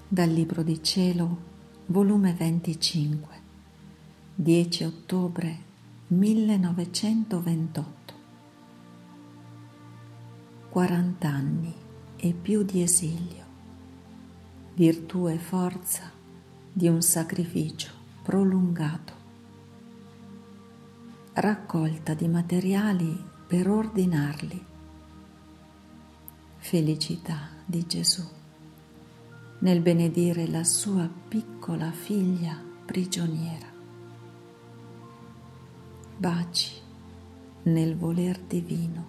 Dal Libro di Cielo, volume 25, 10 ottobre 1928. 40 anni e più di esilio, virtù e forza di un sacrificio prolungato, raccolta di materiali per ordinarli, felicità di Gesù nel benedire la sua piccola figlia prigioniera, baci nel voler divino,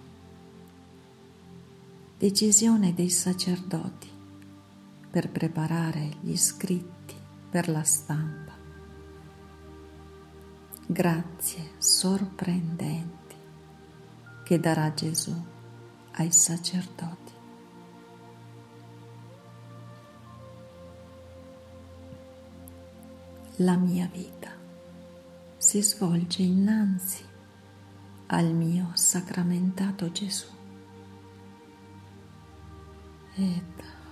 decisione dei sacerdoti per preparare gli scritti per la stampa, grazie sorprendenti che darà Gesù ai sacerdoti. La mia vita si svolge innanzi al mio sacramentato Gesù ed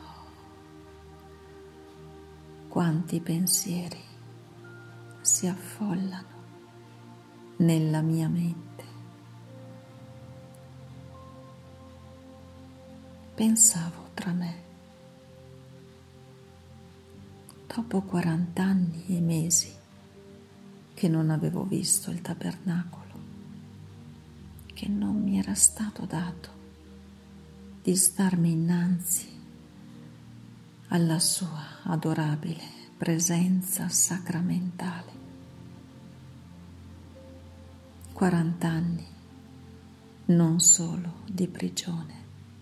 quanti pensieri si affollano nella mia mente. Pensavo tra me, dopo 40 anni e mesi che non avevo visto il tabernacolo, che non mi era stato dato di starmi innanzi alla sua adorabile presenza sacramentale. 40 anni non solo di prigione,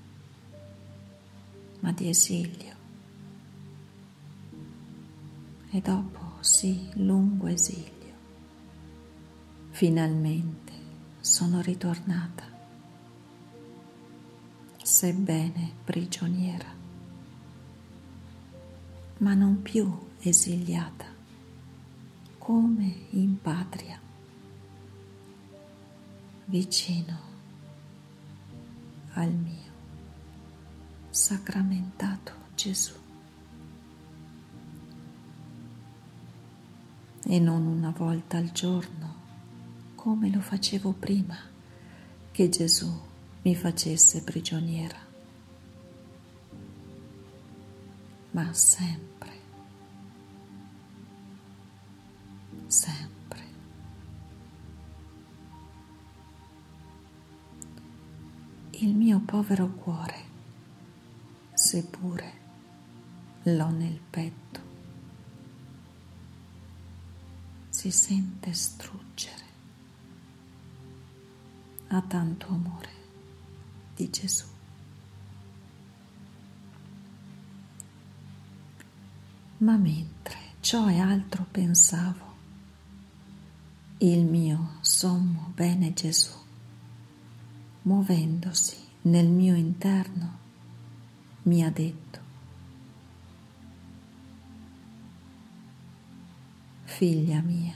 ma di esilio. E dopo, sì, lungo esilio, finalmente sono ritornata, sebbene prigioniera, ma non più esiliata, come in patria, vicino al mio sacramentato Gesù. E non una volta al giorno, come lo facevo prima che Gesù mi facesse prigioniera, ma sempre, sempre. Il mio povero cuore, seppure l'ho nel petto, si sente struggere a tanto amore di Gesù. Ma mentre ciò e altro pensavo, il mio sommo bene Gesù, muovendosi nel mio interno, mi ha detto: figlia mia,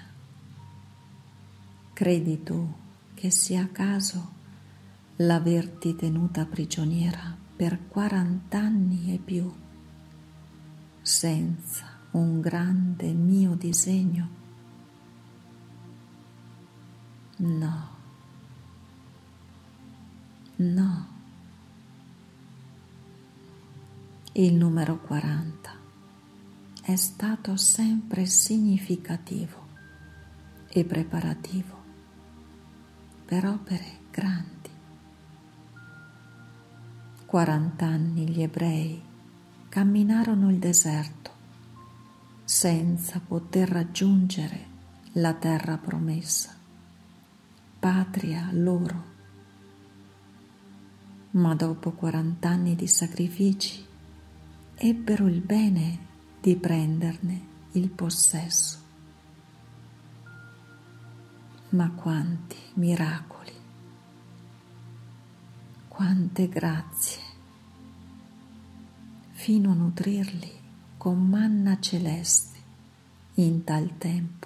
credi tu che sia caso l'averti tenuta prigioniera per 40 anni e più, senza un grande mio disegno? No, no. Il numero 40 è stato sempre significativo e preparativo per opere grandi. 40 anni gli ebrei camminarono il deserto senza poter raggiungere la terra promessa, patria loro. Ma dopo 40 anni di sacrifici ebbero il bene di prenderne il possesso. Ma quanti miracoli, quante grazie, fino a nutrirli con manna celeste in tal tempo.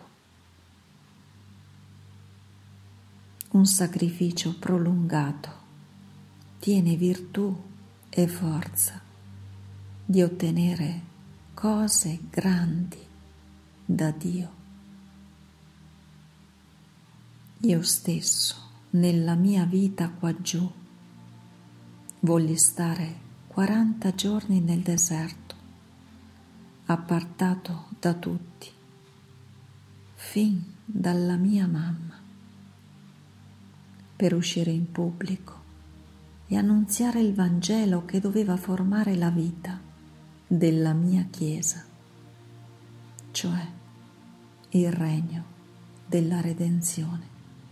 Un sacrificio prolungato tiene virtù e forza di ottenere cose grandi da Dio. Io stesso, nella mia vita qua giù, volli stare 40 giorni nel deserto, appartato da tutti, fin dalla mia mamma, per uscire in pubblico e annunziare il Vangelo che doveva formare la vita della mia Chiesa, cioè il regno della redenzione.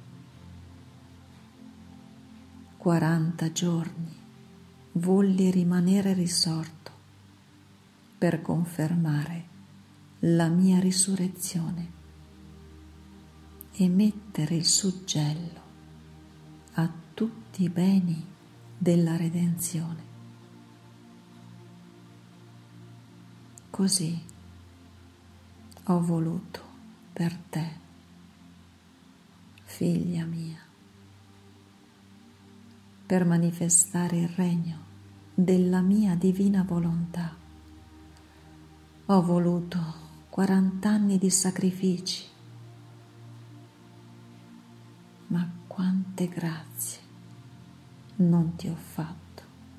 40 giorni volli rimanere risorto per confermare la mia risurrezione e mettere il suggello a tutti i beni della redenzione. Così ho voluto per te, figlia mia, per manifestare il regno della mia divina volontà. Ho voluto 40 anni di sacrifici, ma quante grazie non ti ho fatto,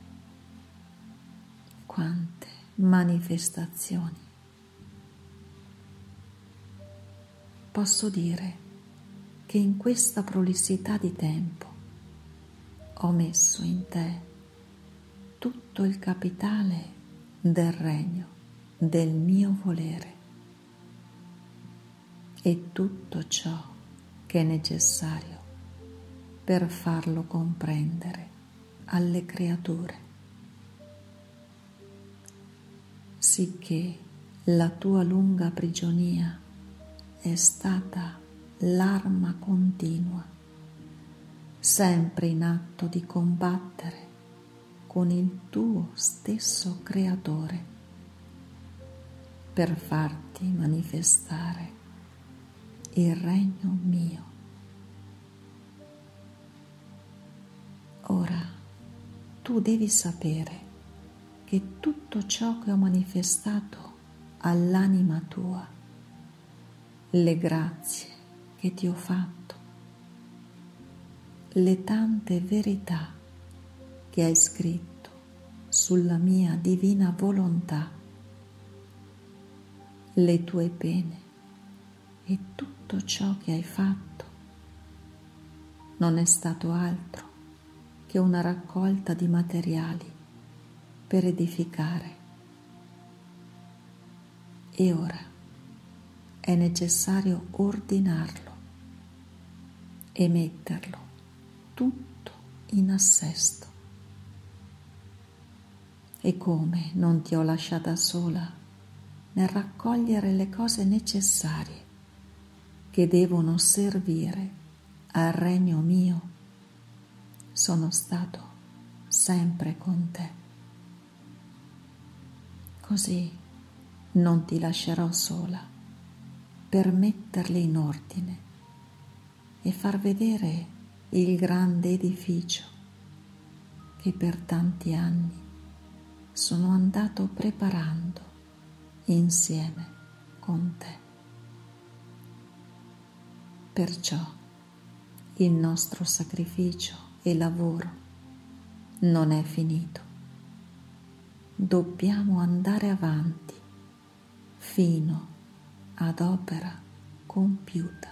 quante manifestazioni. Posso dire che in questa prolissità di tempo ho messo in te tutto il capitale del regno del mio volere e tutto ciò che è necessario per farlo comprendere alle creature, sicché la tua lunga prigionia è stata l'arma continua, sempre in atto di combattere con il tuo stesso Creatore per farti manifestare il regno mio. Ora tu devi sapere che tutto ciò che ho manifestato all'anima tua, le grazie che ti ho fatto, le tante verità che hai scritto sulla mia divina volontà, le tue pene e tutto ciò che hai fatto non è stato altro che una raccolta di materiali per edificare. E ora è necessario ordinarlo e metterlo tutto in assesto. E come non ti ho lasciata sola nel raccogliere le cose necessarie che devono servire al regno mio, sono stato sempre con te. Così non ti lascerò sola per metterle in ordine e far vedere il grande edificio che per tanti anni sono andato preparando insieme con te. Perciò il nostro sacrificio e lavoro non è finito. Dobbiamo andare avanti fino ad opera compiuta.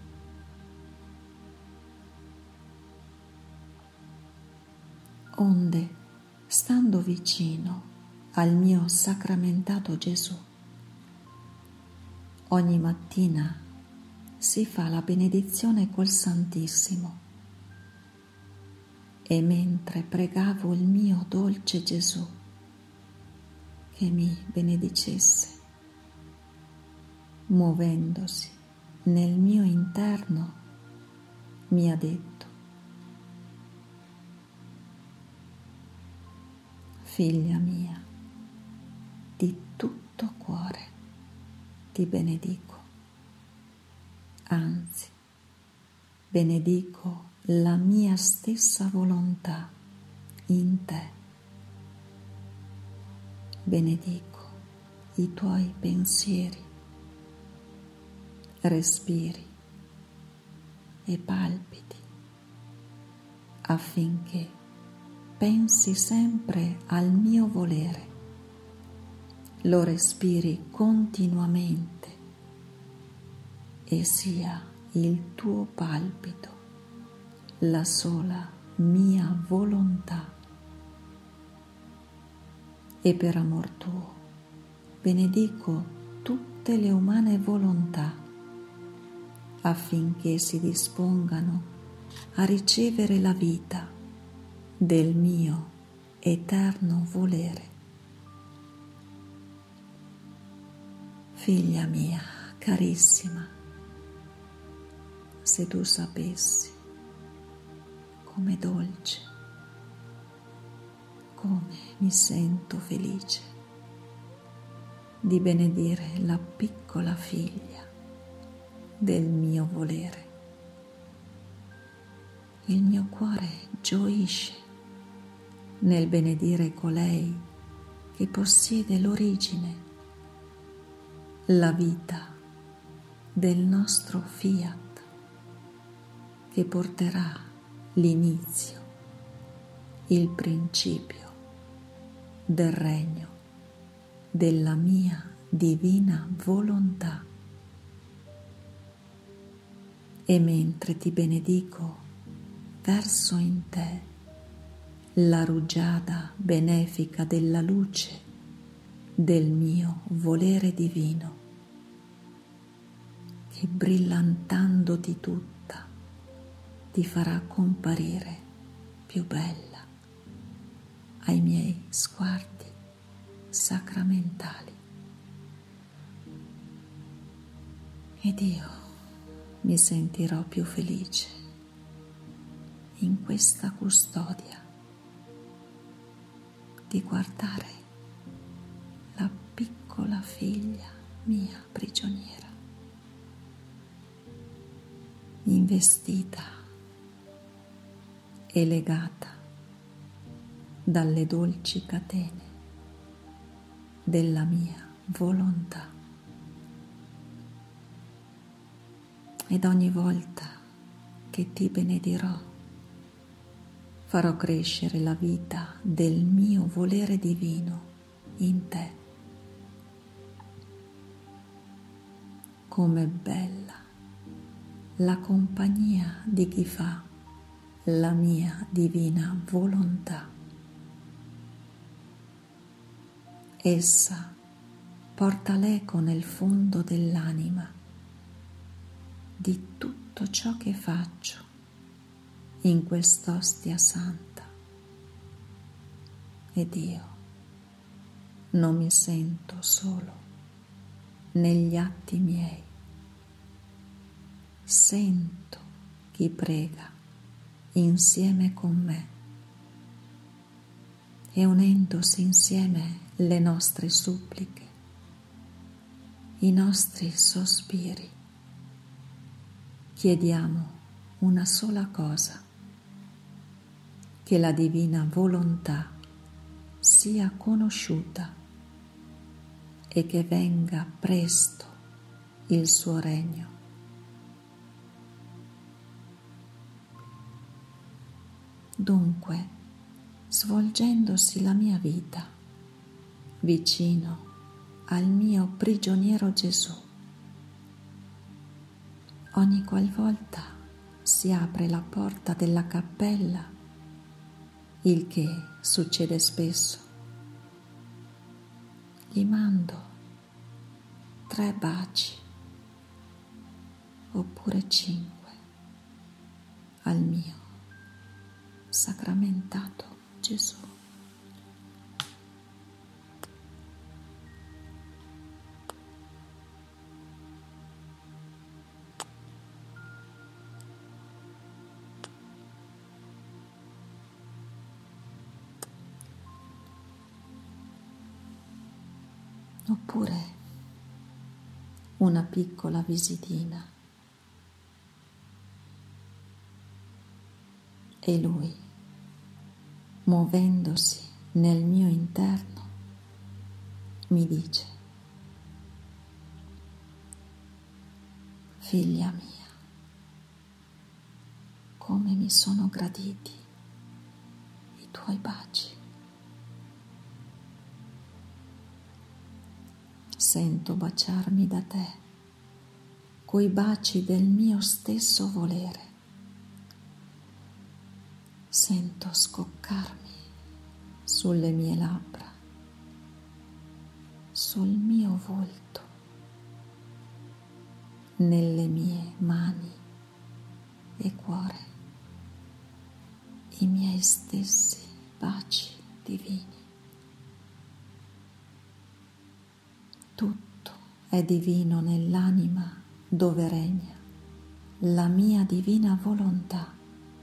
Onde, stando vicino al mio sacramentato Gesù, ogni mattina si fa la benedizione col Santissimo e mentre pregavo il mio dolce Gesù che mi benedicesse, muovendosi nel mio interno, mi ha detto: figlia mia, di tutto cuore ti benedico, anzi, benedico la mia stessa volontà in te. Benedico i tuoi pensieri, respiri e palpiti affinché pensi sempre al mio volere, lo respiri continuamente e sia il tuo palpito la sola mia volontà. E per amor tuo benedico tutte le umane volontà affinché si dispongano a ricevere la vita del mio eterno volere. Figlia mia carissima, se tu sapessi com'è dolce, come mi sento felice di benedire la piccola figlia del mio volere. Il mio cuore gioisce nel benedire colei che possiede l'origine, la vita del nostro fiat, che porterà l'inizio, il principio del regno della mia divina volontà. E mentre ti benedico, verso in te la rugiada benefica della luce del mio volere divino, che brillantandoti tutta ti farà comparire più bella ai miei sguardi sacramentali. Ed io mi sentirò più felice in questa custodia di guardare la piccola figlia mia prigioniera, investita e legata dalle dolci catene della mia volontà. Ed ogni volta che ti benedirò, farò crescere la vita del mio volere divino in te. Com'è bella la compagnia di chi fa la mia divina volontà. Essa porta l'eco nel fondo dell'anima di tutto ciò che faccio in quest'ostia santa. Ed io non mi sento solo negli atti miei. Sento chi prega insieme con me e unendosi insieme le nostre suppliche, i nostri sospiri, chiediamo una sola cosa: che la divina volontà sia conosciuta e che venga presto il suo regno. Dunque, svolgendosi la mia vita vicino al mio prigioniero Gesù, ogni qualvolta si apre la porta della cappella, il che succede spesso, gli mando 3 baci oppure 5 al mio sacramentato Gesù. Oppure una piccola visitina e lui, muovendosi nel mio interno, mi dice: Figlia mia, come mi sono graditi i tuoi baci. Sento baciarmi da te coi baci del mio stesso volere. Sento scoccarmi sulle mie labbra, sul mio volto, nelle mie mani e cuore, i miei stessi baci divini. Tutto è divino nell'anima dove regna la mia divina volontà.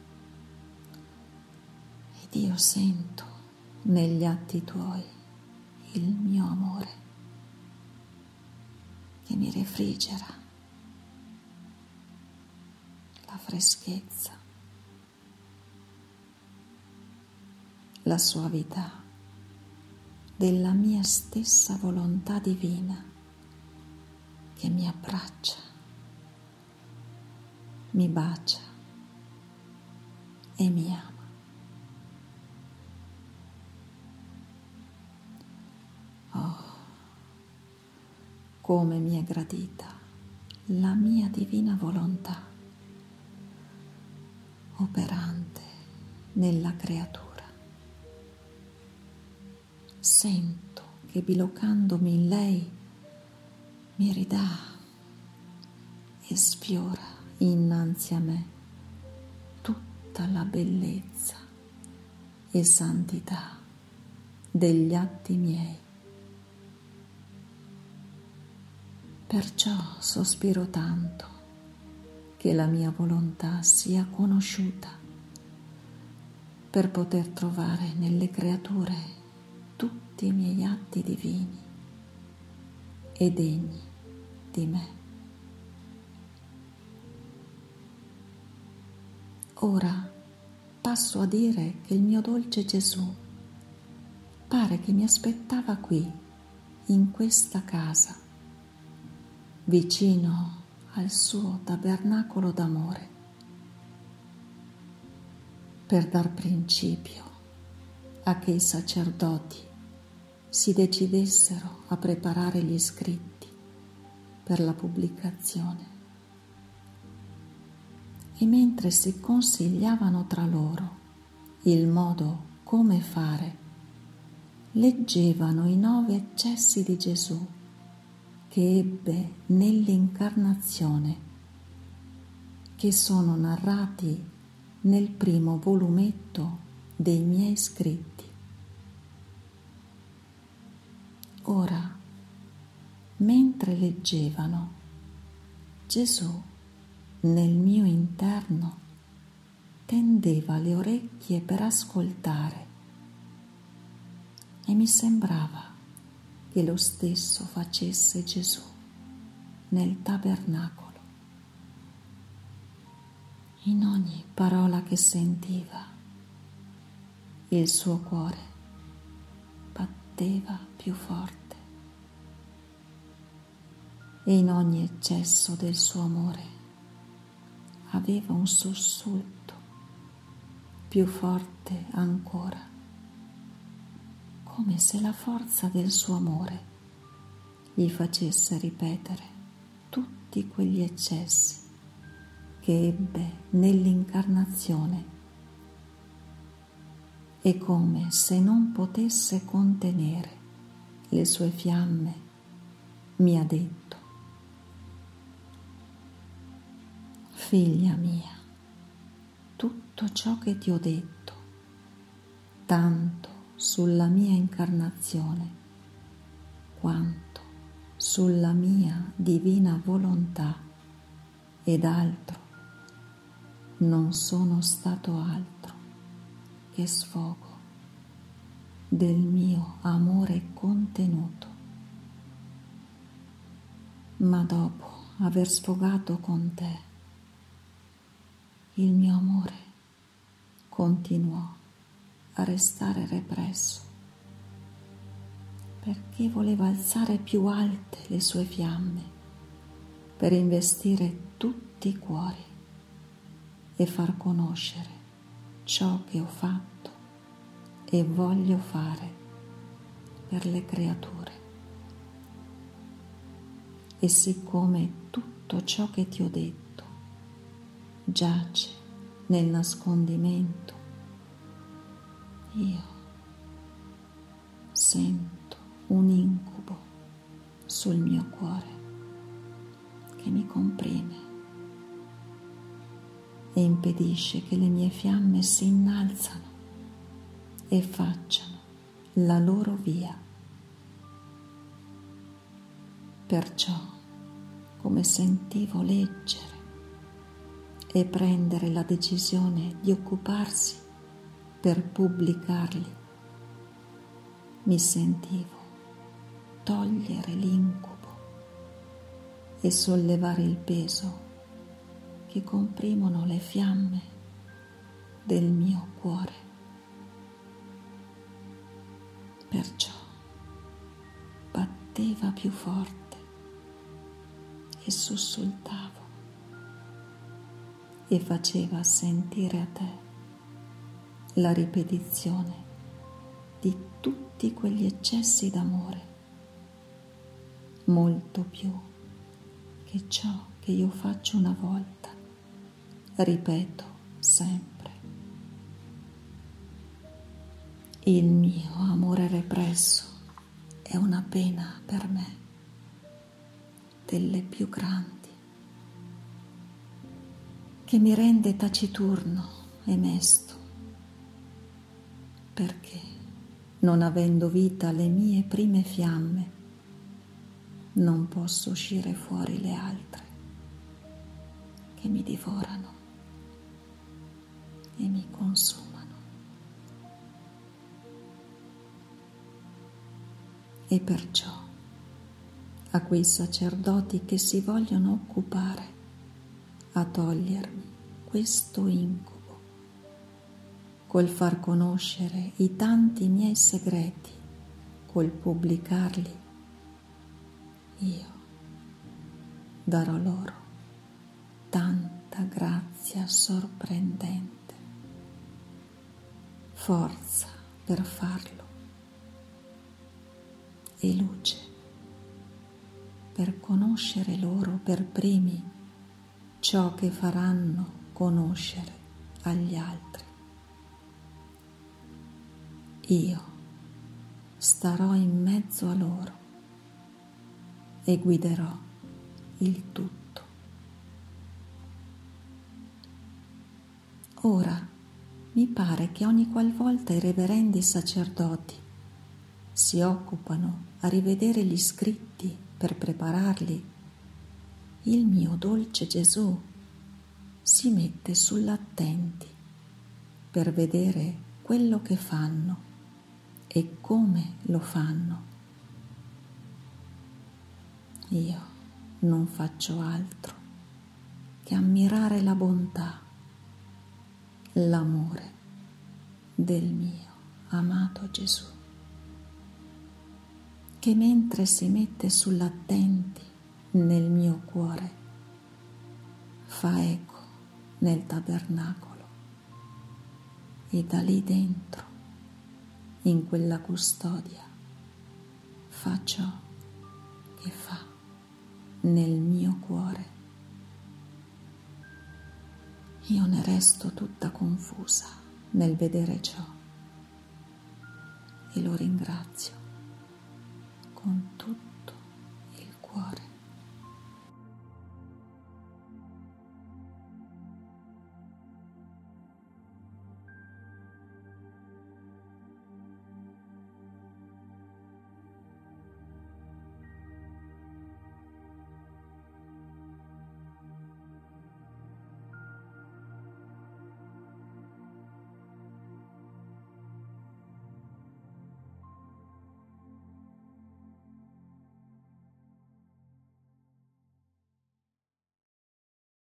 Ed io sento negli atti tuoi il mio amore che mi refrigera, la freschezza, la suavità della mia stessa volontà divina che mi abbraccia, mi bacia e mi ama. Oh, come mi è gradita la mia divina volontà operante nella creatura. Sento che bilocandomi in lei mi ridà e sfiora innanzi a me tutta la bellezza e santità degli atti miei. Perciò sospiro tanto che la mia volontà sia conosciuta per poter trovare nelle creature tutti i miei atti divini e degni di me. Ora passo a dire che il mio dolce Gesù pare che mi aspettava qui, in questa casa, vicino al suo tabernacolo d'amore, per dar principio a che i sacerdoti si decidessero a preparare gli scritti per la pubblicazione. E mentre si consigliavano tra loro il modo come fare, leggevano i 9 eccessi di Gesù che ebbe nell'incarnazione, che sono narrati nel primo volumetto dei miei scritti. Ora, mentre leggevano, Gesù nel mio interno tendeva le orecchie per ascoltare e mi sembrava che lo stesso facesse Gesù nel tabernacolo. In ogni parola che sentiva, il suo cuore batteva più forte e in ogni eccesso del suo amore aveva un sussulto più forte ancora, come se la forza del suo amore gli facesse ripetere tutti quegli eccessi che ebbe nell'incarnazione, e come se non potesse contenere le sue fiamme mi ha detto: figlia mia, tutto ciò che ti ho detto, tanto sulla mia incarnazione quanto sulla mia divina volontà ed altro, non sono stato altro che sfogo del mio amore contenuto. Ma dopo aver sfogato con te, il mio amore continuò a restare represso, perché voleva alzare più alte le sue fiamme per investire tutti i cuori e far conoscere ciò che ho fatto e voglio fare per le creature. E siccome tutto ciò che ti ho detto giace nel nascondimento, io sento un incubo sul mio cuore che mi comprime e impedisce che le mie fiamme si innalzano e facciano la loro via. Perciò, come sentivo leggere e prendere la decisione di occuparsi per pubblicarli, mi sentivo togliere l'incubo e sollevare il peso che comprimono le fiamme del mio cuore. Perciò batteva più forte e sussultavo e faceva sentire a te la ripetizione di tutti quegli eccessi d'amore, molto più che ciò che io faccio una volta, ripeto sempre. Il mio amore represso è una pena per me, delle più grandi, che mi rende taciturno e mesto, perché, non avendo vita le mie prime fiamme, non posso uscire fuori le altre, che mi divorano e mi consumano. E perciò a quei sacerdoti che si vogliono occupare a togliermi questo incubo, col far conoscere i tanti miei segreti, col pubblicarli, io darò loro tanta grazia sorprendente, forza per farlo e luce per conoscere loro per primi ciò che faranno conoscere agli altri. Io starò in mezzo a loro e guiderò il tutto. Ora mi pare che ogni qualvolta i reverendi sacerdoti si occupano a rivedere gli scritti per prepararli, il mio dolce Gesù si mette sull'attenti per vedere quello che fanno e come lo fanno. Io non faccio altro che ammirare la bontà, l'amore del mio amato Gesù, che mentre si mette sull'attenti nel mio cuore, fa eco nel tabernacolo e da lì dentro, in quella custodia, fa ciò che fa nel mio cuore. Io ne resto tutta confusa nel vedere ciò e lo ringrazio con tutto